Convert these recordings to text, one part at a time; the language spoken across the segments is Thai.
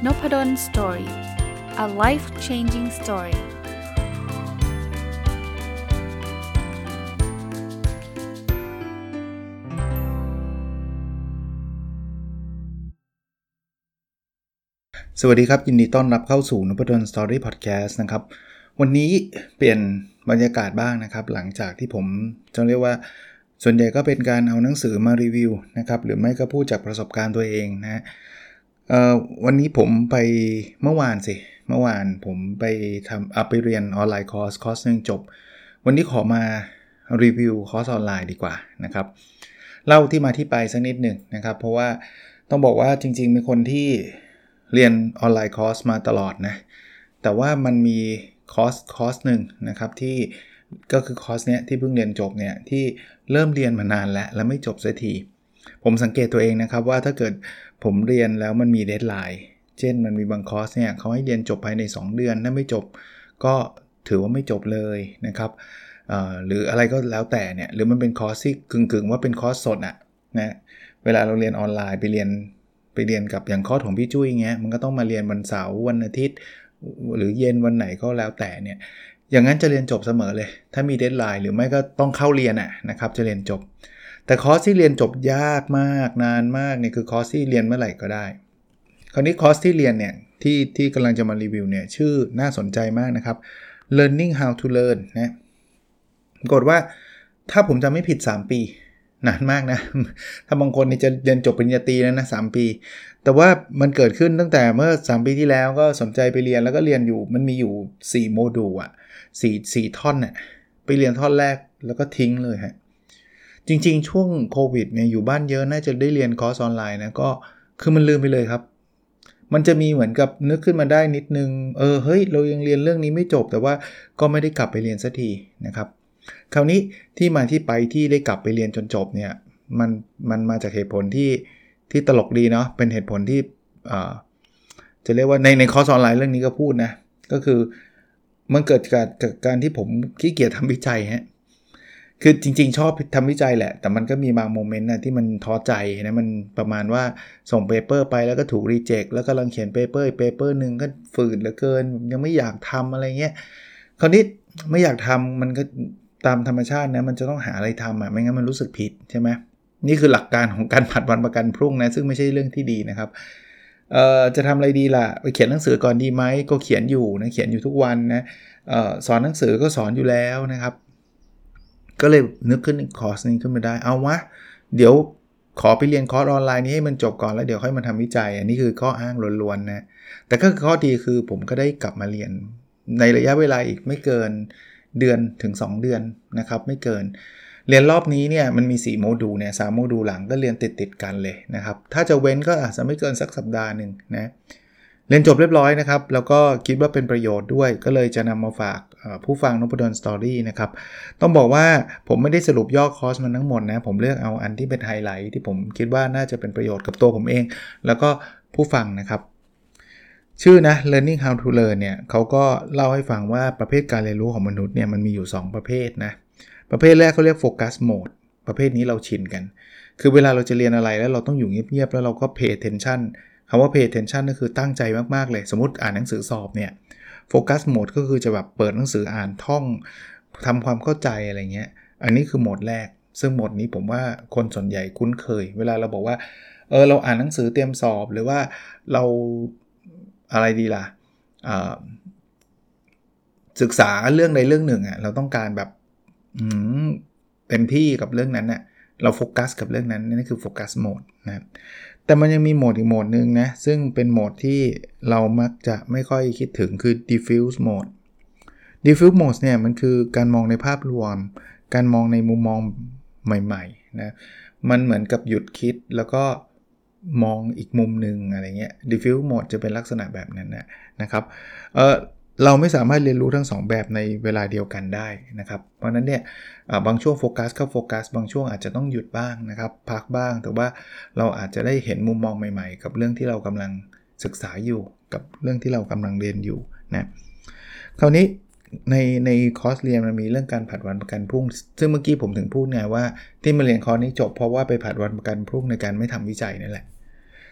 Nopadon Story. A life-changing story. สวัสดีครับยินดีต้อนรับเข้าสู่ Nopadon Story Podcast นะครับวันนี้เปลี่ยนบรรยากาศบ้างนะครับหลังจากที่ผมจะเรียกว่าส่วนใหญ่ก็เป็นการเอาหนังสือมารีวิวนะครับหรือไม่ก็พูดจากประสบการณ์ตัวเองนะวันนี้ผมไปเมื่อวานผมไปเรียนออนไลน์คอร์สนึงจบวันนี้ขอมารีวิวคอร์สออนไลน์ดีกว่านะครับเล่าที่มาที่ไปสักนิดหนึ่งนะครับเพราะว่าต้องบอกว่าจริงๆเป็นคนที่เรียนออนไลน์คอร์สมาตลอดนะแต่ว่ามันมีคอร์สหนึ่งนะครับที่ก็คือคอร์สเนี้ยที่เพิ่งเรียนจบเนี่ยที่เริ่มเรียนมานานแล้วไม่จบสักทีผมสังเกตตัวเองนะครับว่าถ้าเกิดผมเรียนแล้วมันมีเดดไลน์เช่นมันมีบางคอร์สเนี่ยเขาให้เรียนจบภายใน2เดือนถ้าไม่จบก็ถือว่าไม่จบเลยนะครับหรืออะไรก็แล้วแต่เนี่ยหรือมันเป็นคอร์สที่กึ่งว่าเป็นคอร์สสดอะนะเวลาเราเรียนออนไลน์ไปเรียนกับอย่างคอร์สของพี่จุ้ยเงี้ยมันก็ต้องมาเรียนวันเสาร์วันอาทิตย์หรือเย็นวันไหนก็แล้วแต่เนี่ยอย่างนั้นจะเรียนจบเสมอเลยถ้ามีเดดไลน์หรือไม่ก็ต้องเข้าเรียนนะครับจะเรียนจบแต่คอร์สที่เรียนจบยากมากนานมากเนี่ยคือคอร์สที่เรียนเมื่อไหร่ก็ได้คราวนี้คอร์สที่เรียนเนี่ยที่กำลังจะมารีวิวเนี่ยชื่อน่าสนใจมากนะครับ Learning How to Learn นะปรากฏว่าถ้าผมจำไม่ผิด3ปีนานมากนะถ้าบางคนนี่จะเรียนจบปริญญาตรีแล้วนะ3ปีแต่ว่ามันเกิดขึ้นตั้งแต่เมื่อ3ปีที่แล้วก็สนใจไปเรียนแล้วก็เรียนอยู่มันมีอยู่4โมดูล4ท่อนน่ะไปเรียนท่อนแรกแล้วก็ทิ้งเลยฮะจริงๆช่วงโควิดเนี่ยอยู่บ้านเยอะน่าจะได้เรียนคอร์สออนไลน์นะก็คือมันลืมไปเลยครับมันจะมีเหมือนกับนึกขึ้นมาได้นิดนึงเฮ้ยเรายังเรียนเรื่องนี้ไม่จบแต่ว่าก็ไม่ได้กลับไปเรียนสักทีนะครับคราวนี้ที่มาที่ไปที่ได้กลับไปเรียนจนจบเนี่ยมันมาจากเหตุผลที่ตลกดีเนาะเป็นเหตุผลที่จะเรียกว่าในคอร์สออนไลน์เรื่องนี้ก็พูดนะก็คือมันเกิดจากการที่ผมขี้เกียจทำวิจัยฮะคือจริงๆชอบทำวิจัยแหละแต่มันก็มีบางโมเมนต์นะที่มันท้อใจนะมันประมาณว่าส่งเปเปอร์ไปแล้วก็ถูกรีเจ็คแล้วก็กำลังเขียนเปเปอร์นึงก็ฝืดเหลือเกินยังไม่อยากทำอะไรเงี้ยคราวนี้ไม่อยากทำมันก็ตามธรรมชาตินะมันจะต้องหาอะไรทำไม่งั้นมันรู้สึกผิดใช่ไหมนี่คือหลักการของการผัดวันประกันพรุ่งนะซึ่งไม่ใช่เรื่องที่ดีนะครับจะทำอะไรดีล่ะไปเขียนหนังสือก่อนดีไหมก็เขียนอยู่นะเขียนอยู่ทุกวันนะสอนหนังสือก็สอนอยู่แล้วนะครับก็เลยนึกขึ้นคอร์สนี้ขึ้นมาได้เอาวะเดี๋ยวขอไปเรียนคอร์สออนไลน์นี้ให้มันจบก่อนแล้วเดี๋ยวค่อยมาทำวิจัยอันนี้คือข้ออ้างล้วนๆนะแต่ก็ข้อดีคือผมก็ได้กลับมาเรียนในระยะเวลาอีกไม่เกินเดือนถึง2เดือนนะครับไม่เกินเรียนรอบนี้เนี่ยมันมี4โมดูลเนี่ย3โมดูลหลังก็เรียนติดกันเลยนะครับถ้าจะเว้นก็อาจจะไม่เกินสักสัปดาห์นึงนะเรียนจบเรียบร้อยนะครับแล้วก็คิดว่าเป็นประโยชน์ด้วยก็เลยจะนำมาฝากผู้ฟัง Nopadon Story นะครับต้องบอกว่าผมไม่ได้สรุปย่อคอร์สมันทั้งหมดนะผมเลือกเอาอันที่เป็นไฮไลท์ที่ผมคิดว่าน่าจะเป็นประโยชน์กับตัวผมเองแล้วก็ผู้ฟังนะครับชื่อนะ Learning How to Learn เนี่ยเขาก็เล่าให้ฟังว่าประเภทการเรียนรู้ของมนุษย์เนี่ยมันมีอยู่2ประเภทนะประเภทแรกเขาเรียก Focus Mode ประเภทนี้เราชินกันคือเวลาเราจะเรียนอะไรแล้วเราต้องอยู่เงียบๆแล้วเราก็ pay attention คำว่า pay attention ก็คือตั้งใจมากๆเลยสมมุติอ่านหนังสือสอบเนี่ย Focus Mode ก็คือจะแบบเปิดหนังสืออ่านท่องทำความเข้าใจอะไรเงี้ยอันนี้คือโหมดแรกซึ่งโหมดนี้ผมว่าคนส่วนใหญ่คุ้นเคยเวลาเราบอกว่าเราอ่านหนังสือเตรียมสอบหรือว่าเราอะไรดีล่ะศึกษาเรื่องใดเรื่องหนึ่งเราต้องการแบบเต็มที่กับเรื่องนั้นเราโฟกัสกับเรื่องนั้นนั่นคือโฟกัสโหมดนะแต่มันยังมีโหมดอีกโหมดนึงนะซึ่งเป็นโหมดที่เรามักจะไม่ค่อยคิดถึงคือ diffuse mode diffuse mode เนี่ยมันคือการมองในภาพรวมการมองในมุมมองใหม่ๆนะมันเหมือนกับหยุดคิดแล้วก็มองอีกมุมนึงอะไรเงี้ย diffuse mode จะเป็นลักษณะแบบนั้นนะครับเราไม่สามารถเรียนรู้ทั้ง2แบบในเวลาเดียวกันได้นะครับเพราะนั้นเนี่ยบางช่วงโฟกัสเข้าโฟกัสบางช่วงอาจจะต้องหยุดบ้างนะครับพักบ้างแต่ว่าเราอาจจะได้เห็นมุมมองใหม่ๆกับเรื่องที่เรากำลังศึกษาอยู่กับเรื่องที่เรากำลังเรียนอยู่นะคราวนี้ในคอร์สเรียนมันมีเรื่องการผัดวันประกันพรุ่งซึ่งเมื่อกี้ผมถึงพูดไงว่าที่มาเรียนคอร์สนี้จบเพราะว่าไปผัดวันประกันพรุ่งในการไม่ทำวิจัยนั่นแหละ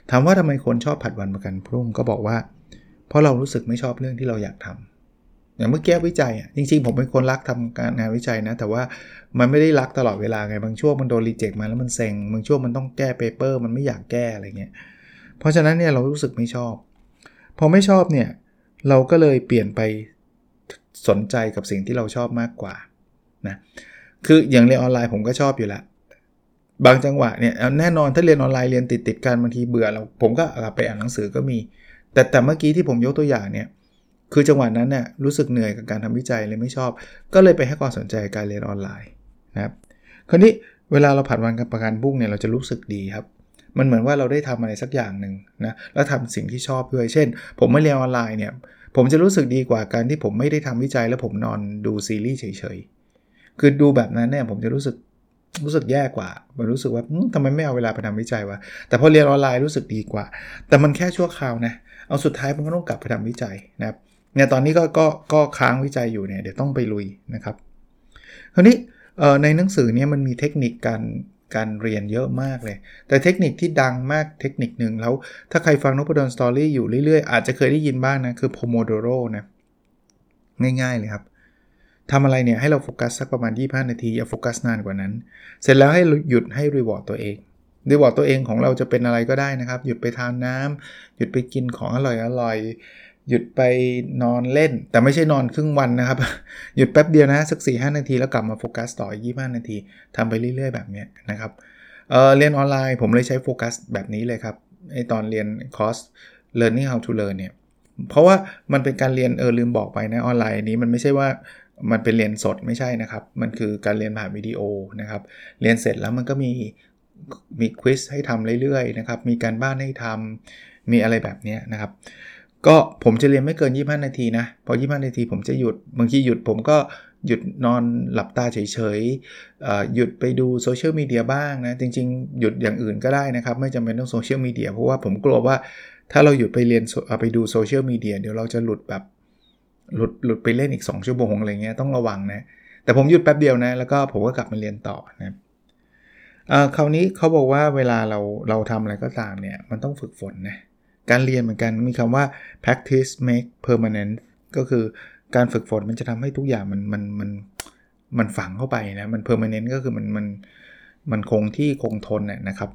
ถามว่าทำไมคนชอบผัดวันประกันพรุ่งก็บอกว่าเพราะเรารู้สึกไม่ชอบเรื่องที่เราอยากทำอย่างเมื่อกี้วิจัยจริงๆผมเป็นคนรักทำการงานวิจัยนะแต่ว่ามันไม่ได้รักตลอดเวลาไงบางช่วงมันโดนรีเจ็คมาแล้วมันเซ็งบางช่วงมันต้องแก้เปเปอร์มันไม่อยากแก้อะไรเงี้ยเพราะฉะนั้นเนี่ยเรารู้สึกไม่ชอบพอไม่ชอบเนี่ยเราก็เลยเปลี่ยนไปสนใจกับสิ่งที่เราชอบมากกว่านะคืออย่างเรียนออนไลน์ผมก็ชอบอยู่แล้วบางจังหวะเนี่ยแน่นอนถ้าเรียนออนไลน์เรียนติดกันบางทีเบื่อเราผมก็กลับไปอ่านหนังสือก็มีแต่เมื่อกี้ที่ผมยกตัวอย่างเนี่ยคือจังหวะนั้นเนี่ยรู้สึกเหนื่อยกับการทำวิจัยเลยไม่ชอบก็เลยไปให้ความสนใจการเรียนออนไลน์นะครับคราวนี้เวลาเราผัดวันกับประกันพรุ่งเนี่ยเราจะรู้สึกดีครับมันเหมือนว่าเราได้ทำอะไรสักอย่างหนึ่งนะแล้วทำสิ่งที่ชอบด้วยเช่นผมไม่เรียนออนไลน์เนี่ยผมจะรู้สึกดีกว่าการที่ผมไม่ได้ทำวิจัยแล้วผมนอนดูซีรีส์เฉยๆคือดูแบบนั้นเนี่ยผมจะรู้สึกแย่กว่ามันรู้สึกว่าทำไมไม่เอาเวลาไปทำวิจัยวะแต่พอเรียนออนไลน์รู้สึกดีกว่าแต่มันแค่ชั่วคราวนะเอาสุดท้ายมันก็ต้องกลับไปทำวิจัยนะครับเนี่ยตอนนี้ก็ค้างวิจัยอยู่เนี่ยเดี๋ยวต้องไปลุยนะครับคราวนี้ในหนังสือเนี่ยมันมีเทคนิคการเรียนเยอะมากเลยแต่เทคนิคที่ดังมากเทคนิคนึงแล้วถ้าใครฟังนพดลสตอรี่อยู่เรื่อยๆอาจจะเคยได้ยินบ้างนะคือ Pomodoro นะง่ายๆเลยครับทำอะไรเนี่ยให้เราโฟกัสสักประมาณ25นาทีอย่าโฟกัสนานกว่านั้นเสร็จแล้วให้หยุดให้รีวอร์ดตัวเองรีวอร์ดตัวเองของเราจะเป็นอะไรก็ได้นะครับหยุดไปทานน้ำหยุดไปกินของอร่อยหยุดไปนอนเล่นแต่ไม่ใช่นอนครึ่งวันนะครับหยุดแป๊บเดียวนะสัก 4-5 นาทีแล้วกลับมาโฟกัสต่ออีก25นาทีทำไปเรื่อยๆแบบนี้นะครับเรียนออนไลน์ผมเลยใช้โฟกัสแบบนี้เลยครับไอตอนเรียนคอร์ส Learning How to Learn เนี่ยเพราะว่ามันเป็นการเรียนลืมบอกไปนะออนไลน์นี้มันไม่ใช่ว่ามันเป็นเรียนสดไม่ใช่นะครับมันคือการเรียนผ่านวิดีโอนะครับเรียนเสร็จแล้วมันก็มีควิซให้ทำเรื่อยๆนะครับมีการบ้านให้ทำมีอะไรแบบนี้นะครับก็ผมจะเรียนไม่เกิน25นาทีนะพอ25นาทีผมจะหยุดบางทีหยุดผมก็หยุดนอนหลับตาเฉยๆหยุดไปดูโซเชียลมีเดียบ้างนะจริงๆหยุดอย่างอื่นก็ได้นะครับไม่จำเป็นต้องโซเชียลมีเดียเพราะว่าผมกลัวว่าถ้าเราหยุดไปเรียนไปดูโซเชียลมีเดียเดี๋ยวเราจะหลุดไปเล่นอีก2ชั่วโมงอะไรเงี้ยต้องระวังนะแต่ผมหยุดแป๊บเดียวนะแล้วก็ผมก็กลับมาเรียนต่อนะคราวนี้เขาบอกว่าเวลาเราทำอะไรก็ตามเนี่ยมันต้องฝึกฝนนะการเรียนเหมือนกันมีคำว่า practice make permanent ก็คือการฝึกฝนมันจะทำให้ทุกอย่างมันฝังเข้าไปนะมัน permanent ก็คือมันคงที่คงทนนะครับ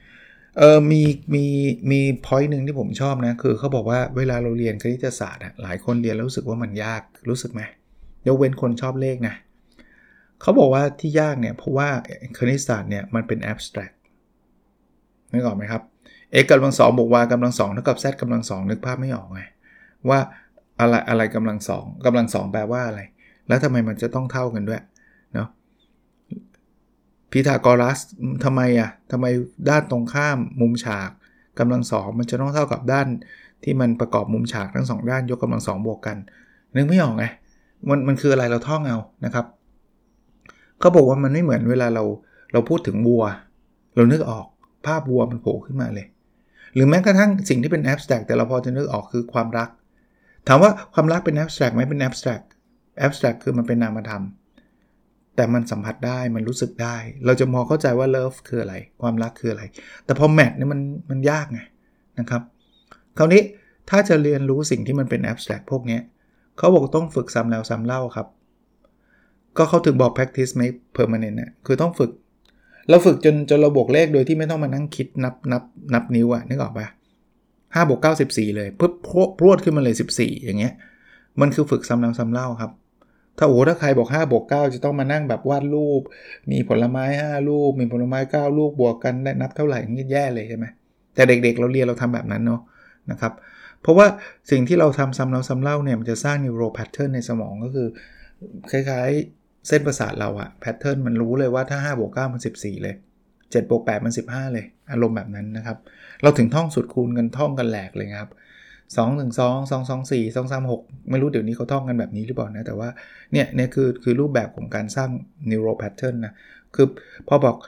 มี point นึงที่ผมชอบนะคือเขาบอกว่าเวลาเราเรียนคณิตศาสตร์หลายคนเรียนแล้วรู้สึกว่ามันยากรู้สึกไหมยกเว้นคนชอบเลขนะเขาบอกว่าที่ยากเนี่ยเพราะว่าคณิตศาสตร์เนี่ยมันเป็น abstract นึกออกไหมครับ x กำลัง2บวก y กำลัง2เท่ากับ z กำลัง2นึกภาพไม่ออกไงว่าอะไรกำลัง2แปลว่าอะไรแล้วทำไมมันจะต้องเท่ากันด้วยเนาะพีทาโกรัสทำไมด้านตรงข้ามมุมฉากกำลัง2มันจะต้องเท่ากับด้านที่มันประกอบมุมฉากทั้ง2ด้านยกกำลัง2บวกกันนึกไม่ออกไงมันคืออะไรเราท่องเอานะครับเขาบอกว่ามันไม่เหมือนเวลาเราพูดถึงวัวเรานึกออกภาพวัวมันโผล่ขึ้นมาเลยหรือแม้กระทั่งสิ่งที่เป็น abstract แต่เราพอจะนึกออกคือความรักถามว่าความรักเป็น abstract ไหมเป็น abstract คือมันเป็นนามธรรมแต่มันสัมผัสได้มันรู้สึกได้เราจะมองเข้าใจว่า love คืออะไรความรักคืออะไรแต่พอ match เนี่ยมันยากไงนะครับคราวนี้ถ้าจะเรียนรู้สิ่งที่มันเป็น abstract พวกนี้เขาบอกต้องฝึกซ้ำแล้วซ้ำเล่าครับก็เขาถึงบอก practice make permanent นะคือต้องฝึกเราฝึกจนเราบวกเลขโดยที่ไม่ต้องมานั่งคิดนับนิ้วนึกออกปะ5บวก9 14เลยปุ๊บพรวดขึ้นมาเลย14อย่างเงี้ยมันคือฝึกซ้ำแล้วซ้ำเล่าครับถ้าใครบอก5บวก9จะต้องมานั่งแบบวาดรูปมีผลไม้5ลูกมีผลไม้9ลูกบวกกันได้นับเท่าไหร่นี่แย่เลยใช่ไหมแต่เด็กๆเราเรียนเราทำแบบนั้นเนาะนะครับเพราะว่าสิ่งที่เราทำซ้ำแล้วซ้ำเล่าเนี่ยมันจะสร้าง neural pattern ในสมองก็คือคล้ายๆเส้นประสาทเราแพทเทิร์นมันรู้เลยว่าถ้า5บวก9มัน14เลย7บวก8มัน15เลยอารมณ์แบบนั้นนะครับเราถึงท่องสูตรคูณกันท่องกันแหลกเลยครับ2 1 2 2 2 4 2 3 6ไม่รู้เดี๋ยวนี้เขาท่องกันแบบนี้หรือเปล่านะแต่ว่าเนี่ยคือรูปแบบของการสร้าง neural pattern นะคือพอบอก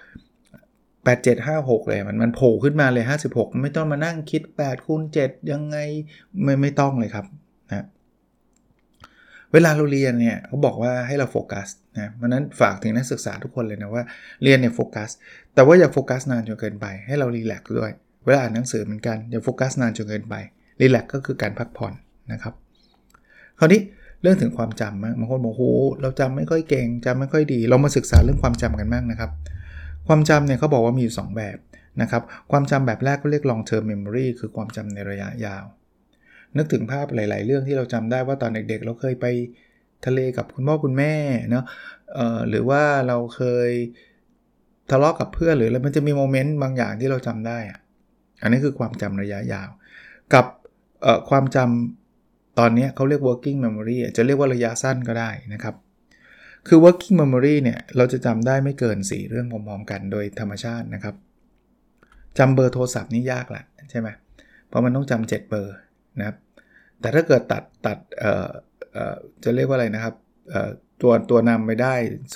8 7 5 6เลยมันโผล่ขึ้นมาเลย56ไม่ต้องมานั่งคิด8คูณ7ยังไงไม่ต้องเลยครับนะเวลาเราเรียนเนี่ยเขาบอกว่าให้เราโฟกัสนะเพราะนั้นฝากถึงนักศึกษาทุกคนเลยนะว่าเรียนเนี่ยโฟกัสแต่ว่าอย่าโฟกัสนานจนเกินไปให้เรารีแลกซ์ด้วยเวลาอ่านหนังสือเหมือนกันอย่าโฟกัสนานจนเกินไปรีแลกซ์ก็คือการพักผ่อนนะครับคราวนี้เรื่องถึงความจำบางคนบอกโหเราจำไม่ค่อยเก่งจำไม่ค่อยดีเรามาศึกษาเรื่องความจำกันบ้างนะครับความจำเนี่ยเขาบอกว่ามีอยู่2แบบนะครับความจำแบบแรกก็เรียก long term memory คือความจำในระยะยาวนึกถึงภาพหลายๆเรื่องที่เราจำได้ว่าตอนเด็กๆเราเคยไปทะเลกับคุณพ่อคุณแม่เนาะหรือว่าเราเคยทะเลาะกับเพื่อนหรืออะไรมันจะมีโมเมนต์บางอย่างที่เราจำได้อันนี้คือความจำระยะยาวกับความจำตอนนี้เขาเรียก working memory จะเรียกว่าระยะสั้นก็ได้นะครับคือ working memory เนี่ยเราจะจำได้ไม่เกิน4เรื่องพร้อมๆกันโดยธรรมชาตินะครับจำเบอร์โทรศัพท์นี่ยากแหละใช่ไหมเพราะมันต้องจำ7เบอร์นะครับแต่ถ้าเกิดตัดจะเรียกว่าอะไรนะครับตัวนำไปได้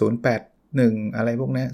081อะไรพวกนี้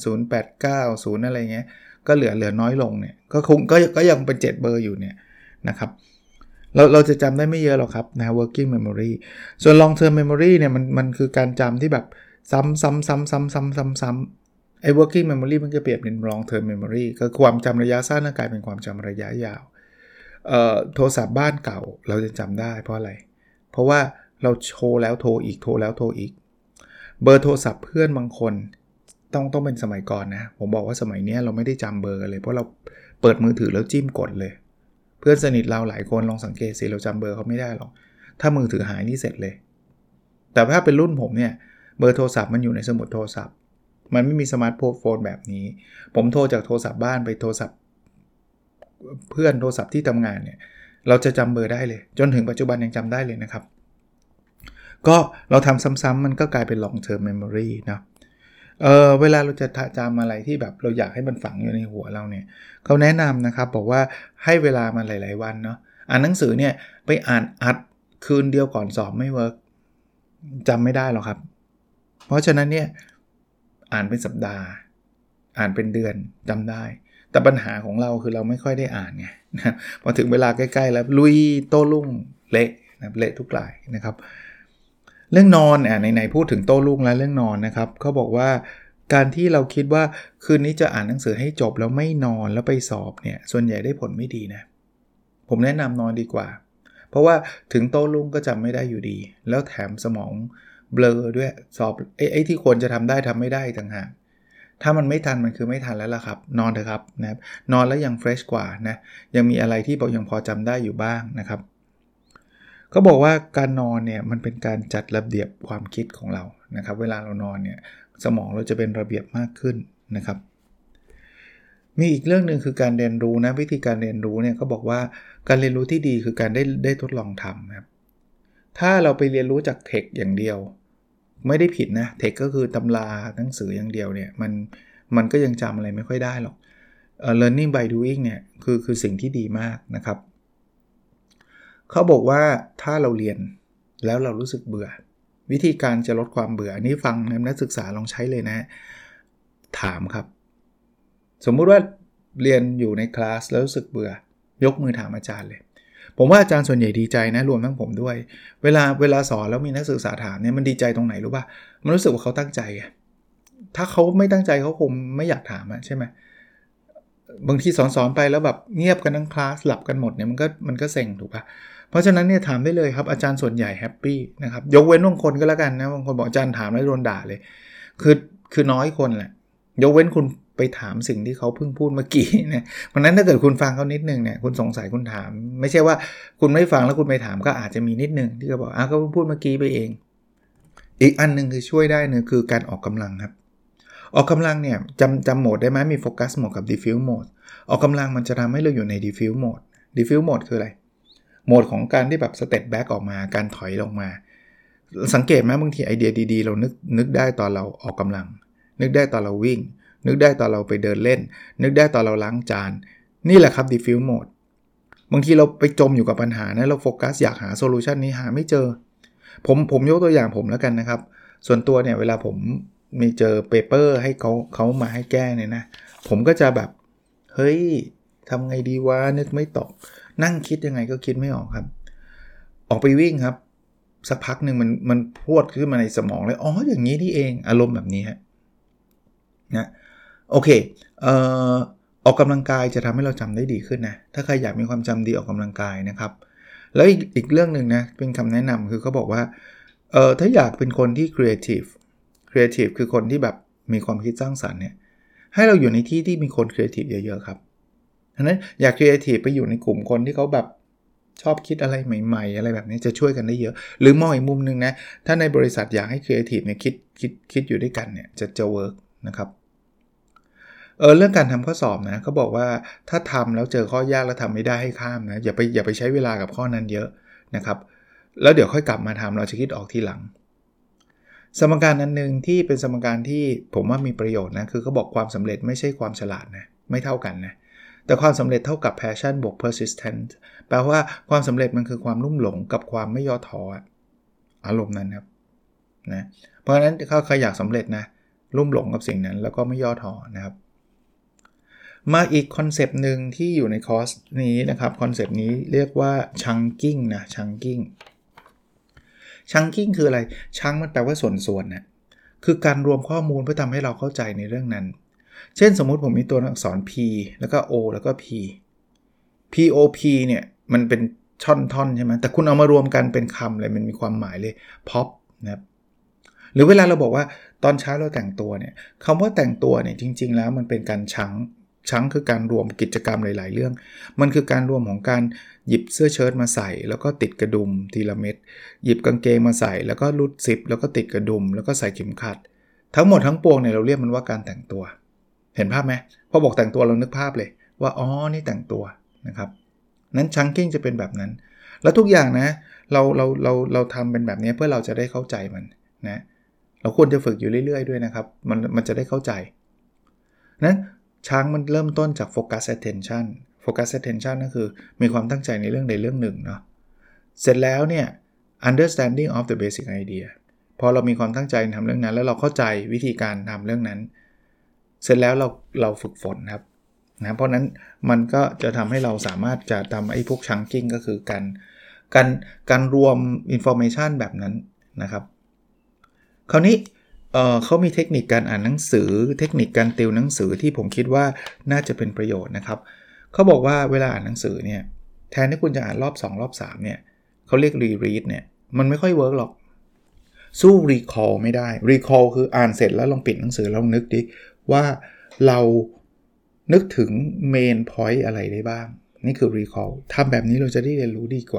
089อะไรเงี้ยก็เหลือน้อยลงเนี่ยก็ยังเป็น7เบอร์อยู่เนี่ยนะครับเราจะจำได้ไม่เยอะหรอกครับนะ working memory ส่วน long term memory เนี่ยมันคือการจำที่แบบซ้ำไอ้ working memory มันจะเปรียบเป็น long term memory ก็ความจำระยะสั้นกลายเป็นความจำระยะยาวโทรศัพท์บ้านเก่าเราจะจำได้เพราะอะไรเพราะว่าเราโทรแล้วโทรอีกโทรแล้วโทรอีกเบอร์โทรศัพท์เพื่อนบางคนต้องเป็นสมัยก่อนนะผมบอกว่าสมัยนี้เราไม่ได้จำเบอร์เลยเพราะเราเปิดมือถือแล้วจิ้มกดเลยเพื่อนสนิทเราหลายคนลองสังเกตสิเราจำเบอร์เขาไม่ได้หรอกถ้ามือถือหายนี่เสร็จเลยแต่ถ้าเป็นรุ่นผมเนี่ยเบอร์โทรศัพท์มันอยู่ในสมุดโทรศัพท์มันไม่มีสมาร์ทโฟนแบบนี้ผมโทรจากโทรศัพท์บ้านไปโทรศัพท์เพื่อนโทรศัพท์ที่ทำงานเนี่ยเราจะจำเบอร์ได้เลยจนถึงปัจจุบันยังจำได้เลยนะครับก็เราทำซ้ำๆมันก็กลายเป็น long term memory นะเวลาเราจะจำอะไรที่แบบเราอยากให้มันฝังอยู่ในหัวเราเนี่ยเขาแนะนำนะครับบอกว่าให้เวลามันหลายๆวันเนาะอ่านหนังสือเนี่ยไปอ่านอัดคืนเดียวก่อนสอบไม่เวิร์กจำไม่ได้หรอกครับเพราะฉะนั้นเนี่ยอ่านเป็นสัปดาห์อ่านเป็นเดือนจำได้แต่ปัญหาของเราคือเราไม่ค่อยได้อ่านไงนะพอถึงเวลาใกล้ๆแล้วลุยโต้รุ่งเละนะเละทุกรายนะครับเรื่องนอนไหนพูดถึงโต้รุ่งแล้วเรื่องนอนนะครับเขาบอกว่าการที่เราคิดว่าคืนนี้จะอ่านหนังสือให้จบแล้วไม่นอนแล้วไปสอบเนี่ยส่วนใหญ่ได้ผลไม่ดีนะผมแนะนำนอนดีกว่าเพราะว่าถึงโต้รุ่งก็จำไม่ได้อยู่ดีแล้วแถมสมองเบลอด้วยสอบไอ้ที่ควรจะทำได้ทำไม่ได้ต่างหากถ้ามันไม่ทันมันคือไม่ทันแล้วล่ะครับนอนเถอะครับนะครับนอนแล้วยังเฟรชกว่านะยังมีอะไรที่ยังพอจำได้อยู่บ้างนะครับก็บอกว่าการนอนเนี่ยมันเป็นการจัดระเบียบความคิดของเรานะครับเวลาเรานอนเนี่ยสมองเราจะเป็นระเบียบมากขึ้นนะครับมีอีกเรื่องนึงคือการเรียนรู้นะวิธีการเรียนรู้เนี่ยเขาบอกว่าการเรียนรู้ที่ดีคือการได้ทดลองทำครับถ้าเราไปเรียนรู้จากเทคอย่างเดียวไม่ได้ผิดนะเทคก็คือตำราหนังสืออย่างเดียวเนี่ยมันก็ยังจำอะไรไม่ค่อยได้หรอกlearning by doing เนี่ยคือสิ่งที่ดีมากนะครับเขาบอกว่าถ้าเราเรียนแล้วเรารู้สึกเบื่อวิธีการจะลดความเบื่ออันนี้ฟังนักศึกษาลองใช้เลยนะถามครับสมมุติว่าเรียนอยู่ในคลาสแล้วรู้สึกเบื่อยกมือถามอาจารย์เลยผมว่าอาจารย์ส่วนใหญ่ดีใจนะรวมทั้งผมด้วยเวลาสอนแล้วมีนักศึกษาถามเนี่ยมันดีใจตรงไหนรู้ป่ะมันรู้สึกว่าเขาตั้งใจถ้าเขาไม่ตั้งใจเขาคงไม่อยากถามใช่ไหมบางทีสอนไปแล้วแบบเงียบกันทั้งคลาสหลับกันหมดเนี่ยมันก็เซ็งถูกป่ะเพราะฉะนั้นเนี่ยถามได้เลยครับอาจารย์ส่วนใหญ่แฮปปี้นะครับยกเว้นบางคนก็แล้วกันนะบางคนบอกอาจารย์ถามแล้วโดนด่าเลยคือน้อยคนแหละยกเว้นคุณไปถามสิ่งที่เขาเพิ่งพูดเมื่อกี้เนี่ยเพราะนั้นถ้าเกิดคุณฟังเขานิดนึงเนี่ยคุณสงสัยคุณถามไม่ใช่ว่าคุณไม่ฟังแล้วคุณไปถามก็อาจจะมีนิดนึงที่เขาบอกก็เพิ่งพูดเมื่อกี้ไปเองอีกอันนึงคือช่วยได้นึงคือการออกกำลังครับออกกำลังเนี่ยจำโหมดได้ไหมมีโฟกัสโหมดกับ diffuse mode ออกกำลังมันจะทำให้เราอยู่ใน diffuse mode คืออะไรโหมดของการที่แบบ step back ออกมาการถอยลงมาสังเกตไหมบางทีไอเดียดีๆเรานึกได้ตอนเราออกกำลังนึกได้ตอนเราวิ่งนึกได้ตอนเราไปเดินเล่นนึกได้ตอนเราล้างจานนี่แหละครับ diffuse mode บางทีเราไปจมอยู่กับปัญหานะเราโฟกัสอยากหาโซลูชันนี้หาไม่เจอผมยกตัวอย่างผมแล้วกันนะครับส่วนตัวเนี่ยเวลาผมมีเจอเปเปอร์ให้เขามาให้แก้เนี่ยนะผมก็จะแบบเฮ้ยทำไงดีวะนึกไม่ตกนั่งคิดยังไงก็คิดไม่ออกครับออกไปวิ่งครับสักพักนึงมันพรวดขึ้นมาในสมองเลยอ๋ออย่างนี้นี่เองอารมณ์แบบนี้ฮะนะโอเคออกกำลังกายจะทำให้เราจำได้ดีขึ้นนะถ้าใครอยากมีความจำดีออกกำลังกายนะครับแล้วอีกเรื่องนึงนะเป็นคำแนะนำคือเขาบอกว่าถ้าอยากเป็นคนที่ creative คือคนที่แบบมีความคิดสร้างสรรค์เนี่ยให้เราอยู่ในที่ที่มีคน creative เยอะๆครับฉะนั้นอยาก creative ไปอยู่ในกลุ่มคนที่เขาแบบชอบคิดอะไรใหม่ๆอะไรแบบนี้จะช่วยกันได้เยอะหรือมองอีกมุมนึงนะถ้าในบริษัทอยากให้ creative เนี่ยคิดอยู่ด้วยกันเนี่ยจะ work นะครับเรื่องการทำข้อสอบนะเขาบอกว่าถ้าทำแล้วเจอข้อยากแล้วทำไม่ได้ให้ข้ามนะอย่าไปใช้เวลากับข้อนั้นเยอะนะครับแล้วเดี๋ยวค่อยกลับมาทำเราจะคิดออกทีหลังสมการอันนึงที่เป็นสมการที่ผมว่ามีประโยชน์นะคือเขาบอกความสำเร็จไม่ใช่ความฉลาดนะไม่เท่ากันนะแต่ความสำเร็จเท่ากับ passion บวก persistent แปลว่าความสำเร็จมันคือความลุ่มหลงกับความไม่ย่อท้ออารมณ์นั้นครับนะเพราะฉะนั้นถ้าใครอยากสำเร็จนะลุ่มหลงกับสิ่งนั้นแล้วก็ไม่ย่อท้อนะครับมาอีกคอนเซปต์หนึ่งที่อยู่ในคอร์สนี้นะครับคอนเซปต์นี้เรียกว่า chunking นะ chunking คืออะไรชังมันแปลว่าส่วนนะคือการรวมข้อมูลเพื่อทำให้เราเข้าใจในเรื่องนั้นเช่นสมมุติผมมีตัวอักษร P แล้วก็ O แล้วก็ P POP เนี่ยมันเป็นท่อนใช่ไหมแต่คุณเอามารวมกันเป็นคำเลยมันมีความหมายเลย pop นะครับหรือเวลาเราบอกว่าตอนเช้าเราแต่งตัวเนี่ยคำว่าแต่งตัวเนี่ยจริงๆแล้วมันเป็นการชังคือการรวมกิจกรรมหลายๆเรื่องมันคือการรวมของการหยิบเสื้อเชิ้ตมาใส่แล้วก็ติดกระดุมทีละเม็ดหยิบกางเกงมาใส่แล้วก็รูดซิปแล้วก็ติดกระดุมแล้วก็ใส่เข็มขัดทั้งหมดทั้งปวงเนี่ยเราเรียกมันว่าการแต่งตัวเห็นภาพไหมพอบอกแต่งตัวเรานึกภาพเลยว่าอ๋อนี่แต่งตัวนะครับนั้นชังกิ้งจะเป็นแบบนั้นแล้วทุกอย่างนะเราทำเป็นแบบนี้เพื่อเราจะได้เข้าใจมันนะเราควรจะฝึกอยู่เรื่อยๆด้วยนะครับมันจะได้เข้าใจนั้นช้างมันเริ่มต้นจาก focus attention ก็คือมีความตั้งใจในเรื่องใดเรื่องหนึ่งเนาะเสร็จแล้วเนี่ย understanding of the basic idea พอเรามีความตั้งใจทำเรื่องนั้นแล้วเราเข้าใจวิธีการทำเรื่องนั้นเสร็จแล้วเราฝึกฝนครับนะเพราะนั้นมันก็จะทำให้เราสามารถจะทำไอ้พวก chunking ก็คือการรวม information แบบนั้นนะครับคราวนี้เขามีเทคนิคการอ่านหนังสือเทคนิคการติวหนังสือที่ผมคิดว่าน่าจะเป็นประโยชน์นะครับเขาบอกว่าเวลาอ่านหนังสือเนี่ยแทนที่คุณจะอ่านรอบ2รอบ3เนี่ยเขาเรียก reread เนี่ยมันไม่ค่อยเวิร์กหรอกสู้ recall ไม่ได้ recall คืออ่านเสร็จแล้วลองปิดหนังสือลองนึกดิว่าเรานึกถึง main point อะไรได้บ้างนี่คือ recall ทำแบบนี้เราจะได้เรียนรู้ดีกว่า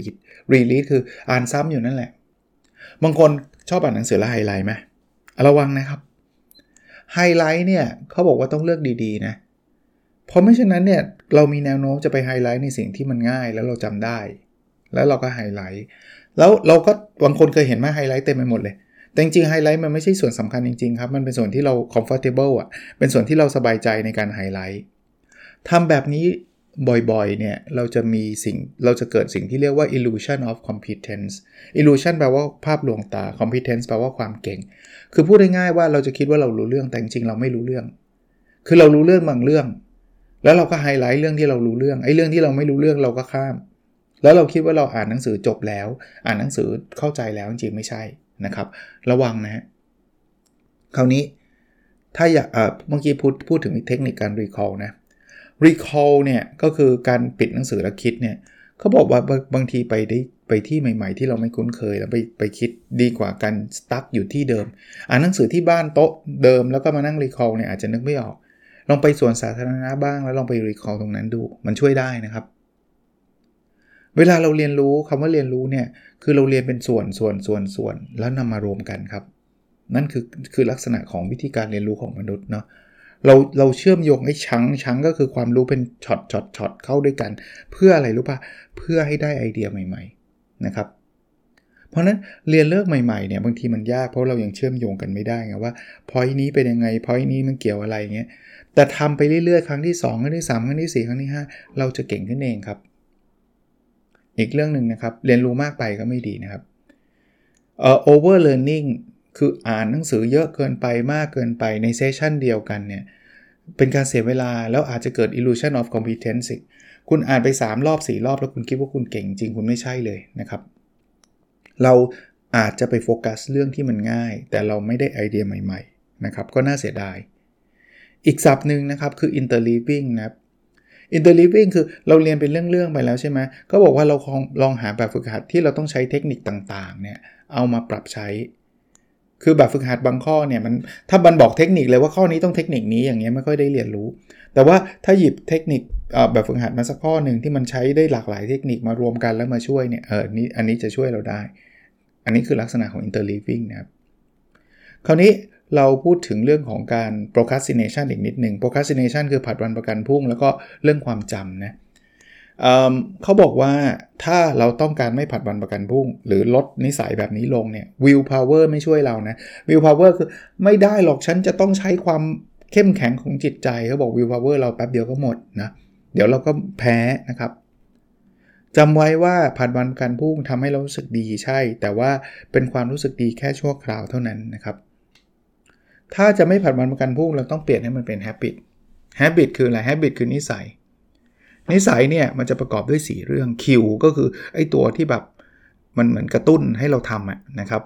reread คืออ่านซ้ำอยู่นั่นแหละบางคนชอบอ่านหนังสือแล้วไฮไลท์ไหมระวังนะครับไฮไลท์เนี่ยเขาบอกว่าต้องเลือกดีๆนะเพราะไม่เช่นนั้นเนี่ยเรามีแนวโน้มจะไปไฮไลท์ในสิ่งที่มันง่ายแล้วเราจำได้แล้วเราก็ไฮไลท์แล้วเราก็บางคนเคยเห็นไหมไฮไลท์เต็มไปหมดเลยแต่จริงๆไฮไลท์มันไม่ใช่ส่วนสำคัญจริงๆครับมันเป็นส่วนที่เรา comfortable เป็นส่วนที่เราสบายใจในการไฮไลท์ทำแบบนี้บ่อยๆเนี่ยเราจะเกิดสิ่งที่เรียกว่า illusion of competence illusion แปลว่าภาพลวงตา competence แปลว่าความเก่งคือพูดง่ายๆว่าเราจะคิดว่าเรารู้เรื่องแต่จริงๆเราไม่รู้เรื่องคือเรารู้เรื่องบางเรื่องแล้วเราก็ไฮไลท์เรื่องที่เรารู้เรื่องไอ้เรื่องที่เราไม่รู้เรื่องเราก็ข้ามแล้วเราคิดว่าเราอ่านหนังสือจบแล้วอ่านหนังสือเข้าใจแล้วจริงๆไม่ใช่นะครับระวังนะฮะคราวนี้ถ้าอยากเมื่อกี้พูดถึงเทคนิคการ recall นะrecall เนี่ยก็คือการปิดหนังสือแล้วคิดเนี่ยเขาบอกว่าบางทีไปที่ใหม่ๆที่เราไม่คุ้นเคยแล้วไปคิดดีกว่าการสตั๊กอยู่ที่เดิมอ่านหนังสือที่บ้านโต๊ะเดิมแล้วก็มานั่ง recall เนี่ยอาจจะนึกไม่ออกลองไปสวนสาธารณะบ้างแล้วลองไป recall ตรงนั้นดูมันช่วยได้นะครับเวลาเราเรียนรู้คำว่าเรียนรู้เนี่ยคือเราเรียนเป็นส่วนแล้วนำมารวมกันครับนั่นคือลักษณะของวิธีการเรียนรู้ของมนุษย์เนาะเราเชื่อมโยงไอ้ชังก็คือความรู้เป็นช็อตเข้าด้วยกันเพื่ออะไรรู้ป่ะเพื่อให้ได้ไอเดียใหม่ๆนะครับเพราะนั้นเรียนเรื่องใหม่ๆเนี่ยบางทีมันยากเพราะเรายังเชื่อมโยงกันไม่ได้ไงว่า point นี้เป็นยังไง point นี้มันเกี่ยวอะไรเงี้ยแต่ทำไปเรื่อยๆครั้งที่2ครั้งที่3ครั้งที่4ครั้งที่5เราจะเก่งขึ้นเองครับอีกเรื่องนึงนะครับเรียนรู้มากไปก็ไม่ดีนะครับover learning คืออ่านหนังสือเยอะเกินไปมากเกินไปในเซสชันเดียวกันเนี่ยเป็นการเสียเวลาแล้วอาจจะเกิด illusion of competence คุณอ่านไป3รอบ4รอบแล้วคุณคิดว่าคุณเก่งจริงคุณไม่ใช่เลยนะครับเราอาจจะไปโฟกัสเรื่องที่มันง่ายแต่เราไม่ได้ไอเดียใหม่ๆนะครับก็น่าเสียดายอีกศัพท์หนึ่งนะครับคือ interleaving นะครับ interleaving คือเราเรียนเป็นเรื่องๆไปแล้วใช่ไหมก็บอกว่าเราลองหาแบบฝึกหัดที่เราต้องใช้เทคนิคต่างๆเนี่ยเอามาปรับใช้คือแบบฝึกหัดบางข้อเนี่ยมันถ้ามันบอกเทคนิคเลยว่าข้อนี้ต้องเทคนิคนี้อย่างเงี้ยไม่ค่อยได้เรียนรู้แต่ว่าถ้าหยิบเทคนิคแบบฝึกหัดมาสักข้อนึงที่มันใช้ได้หลากหลายเทคนิคมารวมกันแล้วมาช่วยเนี่ยอันนี้จะช่วยเราได้อันนี้คือลักษณะของ interleaving นะครับคราวนี้เราพูดถึงเรื่องของการ procrastination อีกนิดนึง procrastination คือผัดวันประกันพรุ่งแล้วก็เรื่องความจำนะเขาบอกว่าถ้าเราต้องการไม่ผัดวันประกันพรุ่งหรือลดนิสัยแบบนี้ลงเนี่ย will power ไม่ช่วยเรานะ will power คือไม่ได้หรอกฉันจะต้องใช้ความเข้มแข็งของจิตใจเขาบอก will power เราแป๊บเดียวก็หมดนะเดี๋ยวเราก็แพ้นะครับจำไว้ว่าผัดวันประกันพรุ่งทำให้เรารู้สึกดีใช่แต่ว่าเป็นความรู้สึกดีแค่ชั่วคราวเท่านั้นนะครับถ้าจะไม่ผัดวันประกันพรุ่งเราต้องเปลี่ยนให้มันเป็น habit คืออะไร habit คือนิสัยเนี่ยมันจะประกอบด้วย4เรื่อง Q ก็คือไอ้ตัวที่แบบมันเหมือนกระตุ้นให้เราทำนะครับ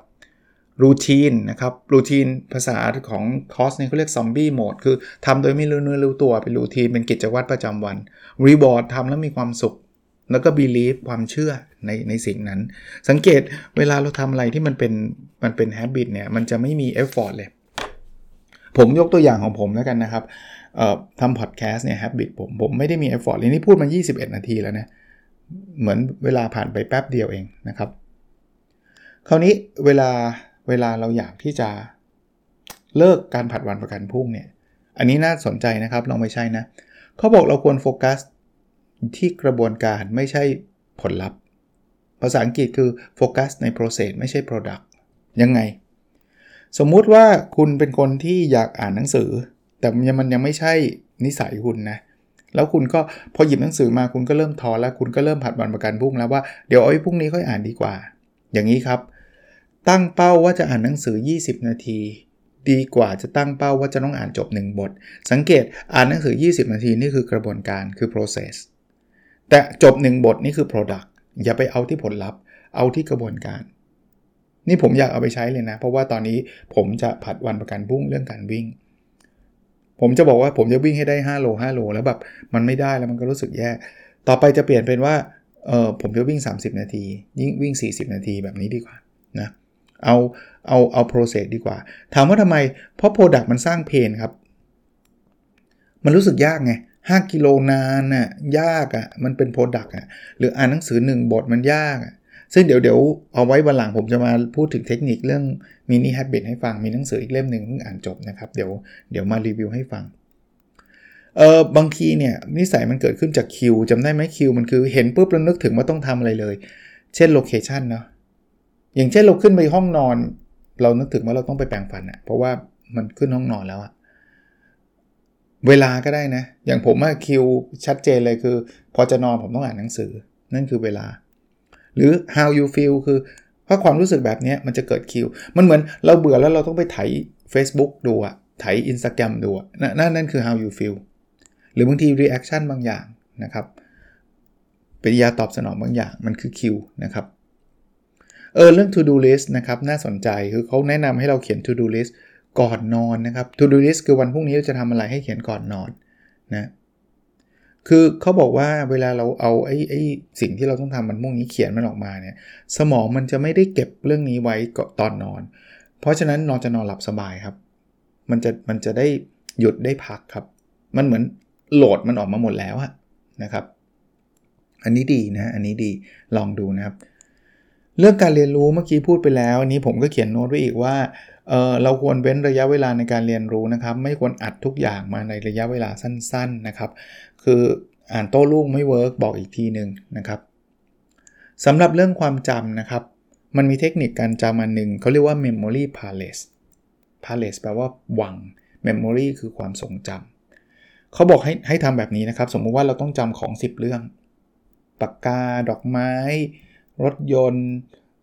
routine นะครับ routine ภาษาของคอร์สเนี่ยเขาเรียก zombie mode คือทำโดยไม่รู้เนื้อรู้ตัวเป็น routine เป็นกิจวัตรประจำวัน reward ทำแล้วมีความสุขแล้วก็ belief ความเชื่อในสิ่งนั้นสังเกตเวลาเราทำอะไรที่มันเป็น habit เนี่ยมันจะไม่มี effort เลยผมยกตัวอย่างของผมแล้วกันนะครับทำพอดแคสต์เนี่ย habit ผมไม่ได้มี effort เลยนี่พูดมา21นาทีแล้วนะเหมือนเวลาผ่านไปแป๊บเดียวเองนะครับคราวนี้เวลาเราอยากที่จะเลิกการผัดวันประกันพรุ่งเนี่ยอันนี้น่าสนใจนะครับลองไปใช้นะเขาบอกเราควรโฟกัสที่กระบวนการไม่ใช่ผลลัพธ์ภาษาอังกฤษคือโฟกัสใน process ไม่ใช่ product ยังไงสมมุติว่าคุณเป็นคนที่อยากอ่านหนังสือแต่มันยังไม่ใช่นิสัยคุณนะแล้วคุณก็พอหยิบหนังสือมาคุณก็เริ่มท้อแล้วคุณก็เริ่มผัดวันประกันพรุ่งแล้วว่าเดี๋ยวพรุ่งนี้ค่อยอ่านดีกว่าอย่างนี้ครับตั้งเป้าว่าจะอ่านหนังสือ20นาทีดีกว่าจะตั้งเป้าว่าจะต้องอ่านจบ1บทสังเกตอ่านหนังสือ20นาทีนี่คือกระบวนการคือ process แต่จบ1บทนี่คือ product อย่าไปเอาที่ผลลัพธ์เอาที่กระบวนการนี่ผมอยากเอาไปใช้เลยนะเพราะว่าตอนนี้ผมจะผัดวันประกันพรุ่งเรื่องการวิ่งผมจะบอกว่าผมจะวิ่งให้ได้5โลแล้วแบบมันไม่ได้แล้วมันก็รู้สึกแย่ต่อไปจะเปลี่ยนเป็นว่าผมจะวิ่ง30นาทีวิ่ง40นาทีแบบนี้ดีกว่านะเอา process ดีกว่าถามว่าทำไมเพราะ product มันสร้างเพนครับมันรู้สึกยากไง5กิโลนานน่ะยากอ่ะมันเป็น product อ่ะหรืออ่านหนังสือ1บทมันยากอ่ะซึ่งเดี๋ยวเอาไว้วันหลังผมจะมาพูดถึงเทคนิคเรื่อง mini habit ให้ฟังมีหนังสืออีกเล่มนึงเพิ่งอ่านจบนะครับเดี๋ยวมารีวิวให้ฟังบางทีเนี่ยนิสัยมันเกิดขึ้นจากคิวจำได้ไหมคิวมันคือเห็นปุ๊บแล้วนึกถึงว่าต้องทำอะไรเลยเช่นโลเคชันเนาะอย่างเช่นเราขึ้นไปห้องนอนเรานึกถึงว่าเราต้องไปแปรงฟันเพราะว่ามันขึ้นห้องนอนแล้วอะเวลาก็ได้นะอย่างผมคิวชัดเจนเลยคือพอจะนอนผมต้องอ่านหนังสือนั่นคือเวลาหรือ how you feel คือถ้าความรู้สึกแบบนี้มันจะเกิดคิวมันเหมือนเราเบื่อแล้วเราต้องไปไถ Facebook ดูไถ Instagram ดูนั่นคือ how you feel หรือบางที reaction บางอย่างนะครับปฏิกิริยาตอบสนองบางอย่างมันคือคิวนะครับเรื่อง to do list นะครับน่าสนใจคือเขาแนะนำให้เราเขียน to do list ก่อนนอนนะครับ to do list คือวันพรุ่งนี้เราจะทำอะไรให้เขียนก่อนนอนนะคือเขาบอกว่าเวลาเราเอาไอ้สิ่งที่เราต้องทำมันพรุ่งนี้เขียนมันออกมาเนี่ยสมองมันจะไม่ได้เก็บเรื่องนี้ไว้ตอนนอนเพราะฉะนั้นนอนจะนอนหลับสบายครับมันจะได้หยุดได้พักครับมันเหมือนโหลดมันออกมาหมดแล้วนะครับอันนี้ดีนะอันนี้ดีลองดูนะครับเรื่องการเรียนรู้เมื่อกี้พูดไปแล้วอันนี้ผมก็เขียนโน้ตไว้อีกว่าเราควรเว้นระยะเวลาในการเรียนรู้นะครับไม่ควรอัดทุกอย่างมาในระยะเวลาสั้นๆนะครับคืออ่านโต้รุ่งไม่เวิร์กบอกอีกทีนึงนะครับสำหรับเรื่องความจำนะครับมันมีเทคนิคการจำอันนึงเขาเรียกว่า memory palace แปลว่าวัง memory คือความทรงจำเขาบอกให้ทำแบบนี้นะครับสมมุติว่าเราต้องจำของ10เรื่องปากกาดอกไม้รถยนต์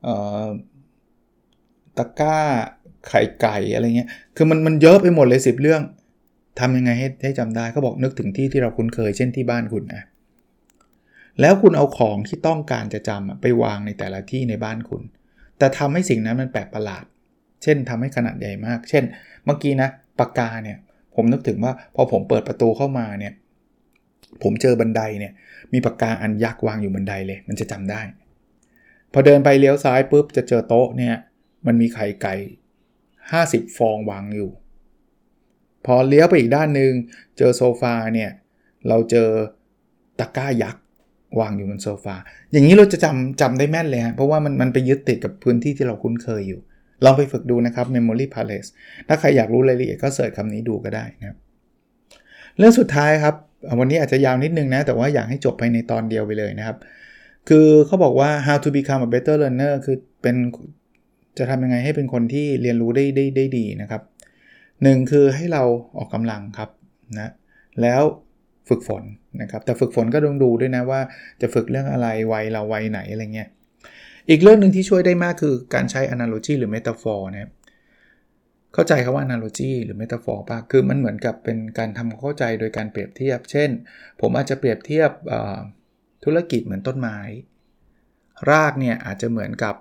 ตะกร้าไข่ไก่อะไรเงี้ยคือมันเยอะไปหมดเลย10เรื่องทำยังไงให้จำได้เขาบอกนึกถึงที่เราคุ้นเคยเช่นที่บ้านคุณนะแล้วคุณเอาของที่ต้องการจะจำไปวางในแต่ละที่ในบ้านคุณแต่ทำให้สิ่งนั้นมันแปลกประหลาดเช่นทำให้ขนาดใหญ่มากเช่นเมื่อกี้นะปากกาเนี่ยผมนึกถึงว่าพอผมเปิดประตูเข้ามาเนี่ยผมเจอบันไดเนี่ยมีปากกาอันยักษ์วางอยู่บันไดเลยมันจะจำได้พอเดินไปเลี้ยวซ้ายปุ๊บจะเจอโต๊ะเนี่ยมันมีไข่ไก่50ฟองวางอยู่พอเลี้ยวไปอีกด้านนึงเจอโซฟาเนี่ยเราเจอตะกร้ายักษ์วางอยู่บนโซฟาอย่างนี้เราจะจำได้แม่นเลยฮะเพราะว่ามันไปยึดติดกับพื้นที่ที่เราคุ้นเคยอยู่ลองไปฝึกดูนะครับ Memory Palace ถ้าใครอยากรู้รายละเอียดก็เสิร์ชคำนี้ดูก็ได้นะครับเรื่องสุดท้ายครับวันนี้อาจจะยาวนิดนึงนะแต่ว่าอยากให้จบภายในตอนเดียวไปเลยนะครับคือเขาบอกว่า how to become a better learner คือเป็นจะทำยังไงให้เป็นคนที่เรียนรู้ได้ดีนะครับ1คือให้เราออกกำลังครับนะแล้วฝึกฝนนะครับแต่ฝึกฝนก็ต้องดูด้วยนะว่าจะฝึกเรื่องอะไรวัยเราวัยไหนอะไรเงี้ยอีกเรื่องนึงที่ช่วยได้มากคือการใช้ analogy หรือ metaphor นะครับเข้าใจคำว่า analogy หรือ metaphor ป่ะคือมันเหมือนกับเป็นการทำเข้าใจโดยการเปรียบเทียบเช่นผมอาจจะเปรียบเทียบธุรกิจเหมือนต้นไม้รากเนี่ยอาจจะเหมือนกับ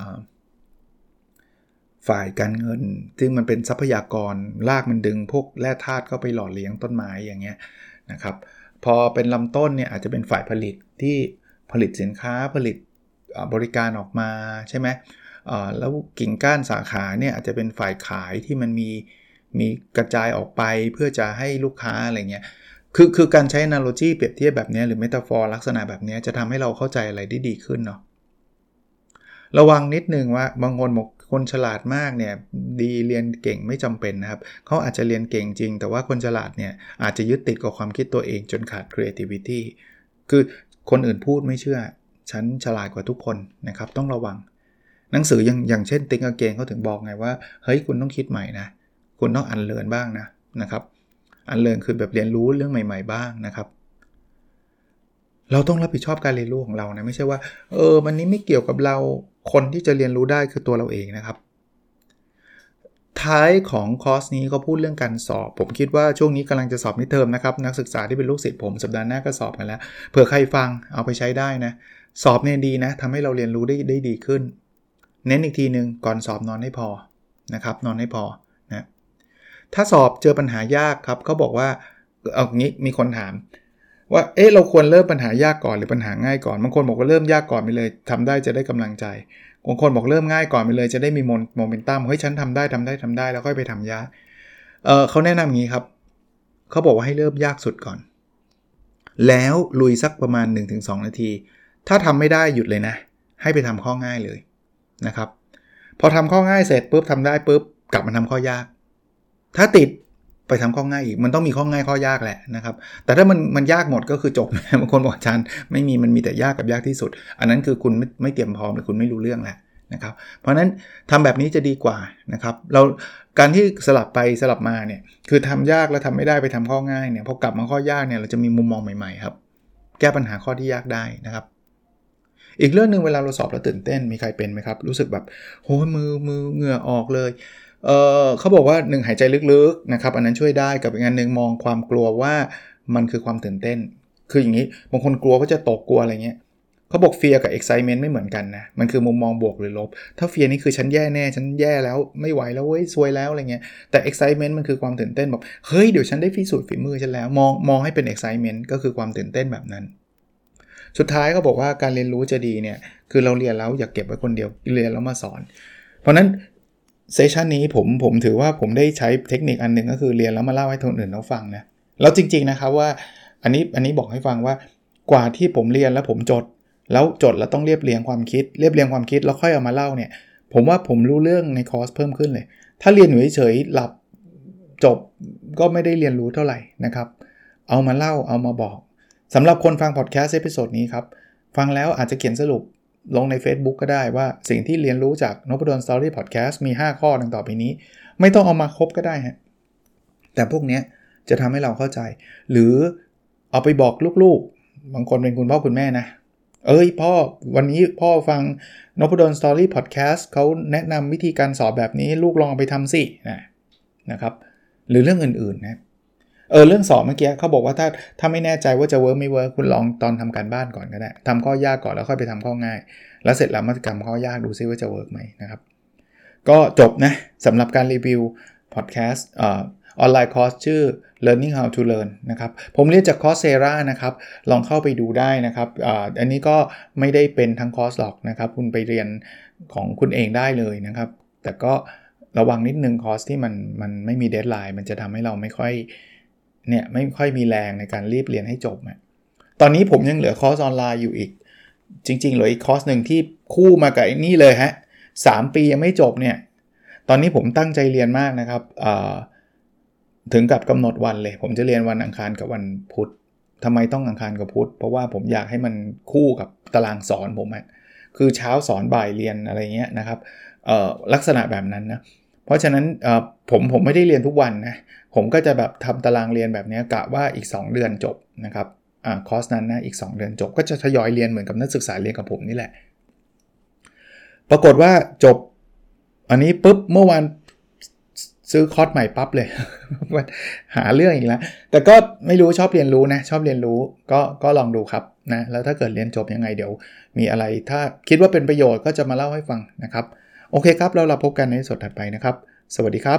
ฝ่ายการเงินซึ่งมันเป็นทรัพยากรรากมันดึงพวกแร่ธาตุเข้าไปหล่อเลี้ยงต้นไม้อย่างเงี้ยนะครับพอเป็นลำต้นเนี่ยอาจจะเป็นฝ่ายผลิตที่ผลิตสินค้าผลิตบริการออกมาใช่ไหมแล้วกิ่งก้านสาขาเนี่ยอาจจะเป็นฝ่ายขายที่มันมีกระจายออกไปเพื่อจะให้ลูกค้าอะไรเงี้ยคือการใช้ analogy เปรียบเทียบแบบนี้หรือ metaphor ลักษณะแบบนี้จะทำให้เราเข้าใจอะไรได้ดีขึ้นเนาะระวังนิดนึงว่าบางคนฉลาดมากเนี่ยดีเรียนเก่งไม่จำเป็นนะครับเขาอาจจะเรียนเก่งจริงแต่ว่าคนฉลาดเนี่ยอาจจะยึดติดกับความคิดตัวเองจนขาด creativity คือคนอื่นพูดไม่เชื่อฉันฉลาดกว่าทุกคนนะครับต้องระวังหนังสืออย่างเช่น Think Again เขาถึงบอกไงว่าเฮ้ยคุณต้องคิดใหม่นะคุณต้องอันเลิร์นบ้างนะครับอันเลิร์นคือแบบเรียนรู้เรื่องใหม่ๆบ้างนะครับเราต้องรับผิดชอบการเรียนรู้ของเรานะไม่ใช่ว่ามันนี้ไม่เกี่ยวกับเราคนที่จะเรียนรู้ได้คือตัวเราเองนะครับท้ายของคอร์สนี้เขาพูดเรื่องการสอบผมคิดว่าช่วงนี้กำลังจะสอบมิดเทอมนะครับนักศึกษาที่เป็นลูกศิษย์ผมสัปดาห์หน้าก็สอบกันแล้วเผื่อใครฟังเอาไปใช้ได้นะสอบเนี่ยดีนะทำให้เราเรียนรู้ได้ดีขึ้นเน้นอีกทีนึงก่อนสอบนอนให้พอนะครับนอนให้พอนะถ้าสอบเจอปัญหายากครับเขาบอกว่าเอางี้มีคนถามว่าเราควรเริ่มปัญหายากก่อนหรือปัญหาง่ายก่อนบางคนบอกว่าเริ่มยากก่อนไปเลยทำได้จะได้กำลังใจบางคนบอกเริ่มง่ายก่อนไปเลยจะได้มีโมเมนตัมเฮ้ยฉันทำได้แล้วค่อยไปทำยากเขาแนะนำอย่างนี้ครับเขาบอกว่าให้เริ่มยากสุดก่อนแล้วลุยสักประมาณ 1-2 นาทีถ้าทำไม่ได้หยุดเลยนะให้ไปทำข้อง่ายเลยนะครับพอทำข้อง่ายเสร็จปุ๊บทำได้ปุ๊บกลับมาทำข้อยากถ้าติดไปทำข้อง่ายอีกมันต้องมีข้อง่ายข้อยากแหละนะครับแต่ถ้ามันยากหมดก็คือจบบางคนบอกอาจารย์ไม่มีมันมีแต่ยากกับยากที่สุดอันนั้นคือคุณไม่เตรียมพร้อมหรือคุณไม่รู้เรื่องแหละนะครับเพราะนั้นทำแบบนี้จะดีกว่านะครับการที่สลับไปสลับมาเนี่ยคือทำยากแล้วทำไม่ได้ไปทำข้อง่ายเนี่ยพอกลับมาข้อยากเนี่ยเราจะมีมุมมองใหม่ๆครับแก้ปัญหาข้อที่ยากได้นะครับอีกเรื่องนึงเวลาเราสอบเราตื่นเต้นมีใครเป็นไหมครับรู้สึกแบบโหมือเหงื่อออกเลยเขาบอกว่า1หายใจลึกๆนะครับอันนั้นช่วยได้กับอีกอันนึงมองความกลัวว่ามันคือความตื่นเต้นคืออย่างนี้บางคนกลัวว่าจะตกกลัวอะไรเงี้ยเขาบอก fear กับ excitement ไม่เหมือนกันนะมันคือมุมมองบวกหรือลบถ้า fear นี่คือฉันแย่แน่ฉันแย่แล้วไม่ไหวแล้วเว้ยซวยแล้วอะไรเงี้ยแต่ excitement มันคือความตื่นเต้นแบบเฮ้ยเดี๋ยวฉันได้พิสูจน์ฝีมือฉันแล้วมองให้เป็น excitement ก็คือความตื่นเต้นแบบนั้นสุดท้ายเขาบอกว่าการเรียนรู้จะดีเนี่ยคือเราเรียนแล้วอย่าเก็บไว้คนเดียวเรียนแล้วมาสอนเพราะนั้นเซสชันนี้ผมถือว่าผมได้ใช้เทคนิคอันนึงก็คือเรียนแล้วมาเล่าให้คนอื่นเขาฟังนะแล้วจริงๆนะครับว่าอันนี้บอกให้ฟังว่ากว่าที่ผมเรียนแล้วผมจดแล้วต้องเรียบเรียงความคิดแล้วค่อยเอามาเล่าเนี่ยผมว่าผมรู้เรื่องในคอร์สเพิ่มขึ้นเลยถ้าเรียนอยู่เฉยๆหลับจบก็ไม่ได้เรียนรู้เท่าไหร่นะครับเอามาเล่าเอามาบอกสำหรับคนฟังพอดแคสต์เอพิโซดนี้ครับฟังแล้วอาจจะเขียนสรุปลงใน Facebook ก็ได้ว่าสิ่งที่เรียนรู้จากนพดล Story Podcast มี5ข้อดังต่อไปนี้ไม่ต้องเอามาครบก็ได้ฮะแต่พวกนี้จะทำให้เราเข้าใจหรือเอาไปบอกลูกๆบางคนเป็นคุณพ่อคุณแม่นะพ่อวันนี้พ่อฟังนพดล Story Podcast เขาแนะนำวิธีการสอบแบบนี้ลูกลองไปทำสินะครับหรือเรื่องอื่นๆนะเรื่องสอบเมื่อกี้เขาบอกว่าถ้าไม่แน่ใจว่าจะเวิร์กไม่เวิร์กคุณลองตอนทำการบ้านก่อนก็ได้ทำข้อยากก่อนแล้วค่อยไปทำข้อง่ายแล้วเสร็จแล้วมาทำข้อยากดูซิว่าจะเวิร์กไหมนะครับก็จบนะสำหรับการรีวิวพอดแคสต์ออนไลน์คอร์สชื่อ Learning How to Learn นะครับผมเรียนจาก Coursera นะครับลองเข้าไปดูได้นะครับอันนี้ก็ไม่ได้เป็นทั้งคอร์สหรอกนะครับคุณไปเรียนของคุณเองได้เลยนะครับแต่ก็ระวังนิดนึงคอร์สที่มันไม่มีเดดไลน์มันจะทำให้เราไม่ค่อยมีแรงในการรีบเรียนให้จบตอนนี้ผมยังเหลือคอร์สออนไลน์อยู่อีกจริงๆเหลืออีกคอร์สนึงที่คู่มากับนี่เลยฮะ3 ปียังไม่จบเนี่ยตอนนี้ผมตั้งใจเรียนมากนะครับถึงกับกำหนดวันเลยผมจะเรียนวันอังคารกับวันพุธทำไมต้องอังคารกับพุธเพราะว่าผมอยากให้มันคู่กับตารางสอนผมคือเช้าสอนบ่ายเรียนอะไรเงี้ยนะครับลักษณะแบบนั้นนะเพราะฉะนั้นผมไม่ได้เรียนทุกวันนะผมก็จะแบบทำตารางเรียนแบบนี้กะว่าอีก2 เดือนจบนะครับคอร์สนั้นนะอีก2 เดือนจบก็จะทยอยเรียนเหมือนกับนักศึกษาเรียนกับผมนี่แหละปรากฏว่าจบอันนี้ปุ๊บเมื่อวานซื้อคอร์สใหม่ปั๊บเลย หาเรื่องอีกแล้วแต่ก็ไม่รู้ชอบเรียนรู้นะชอบเรียนรู้ก็ลองดูครับนะแล้วถ้าเกิดเรียนจบยังไงเดี๋ยวมีอะไรถ้าคิดว่าเป็นประโยชน์ก็จะมาเล่าให้ฟังนะครับโอเคครับเราพบกันในสดถัดไปนะครับสวัสดีครับ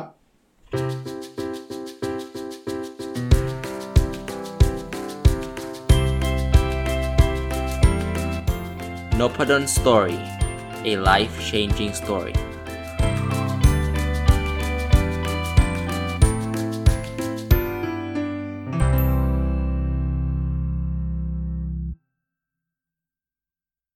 Nopadon Story, a life-changing story.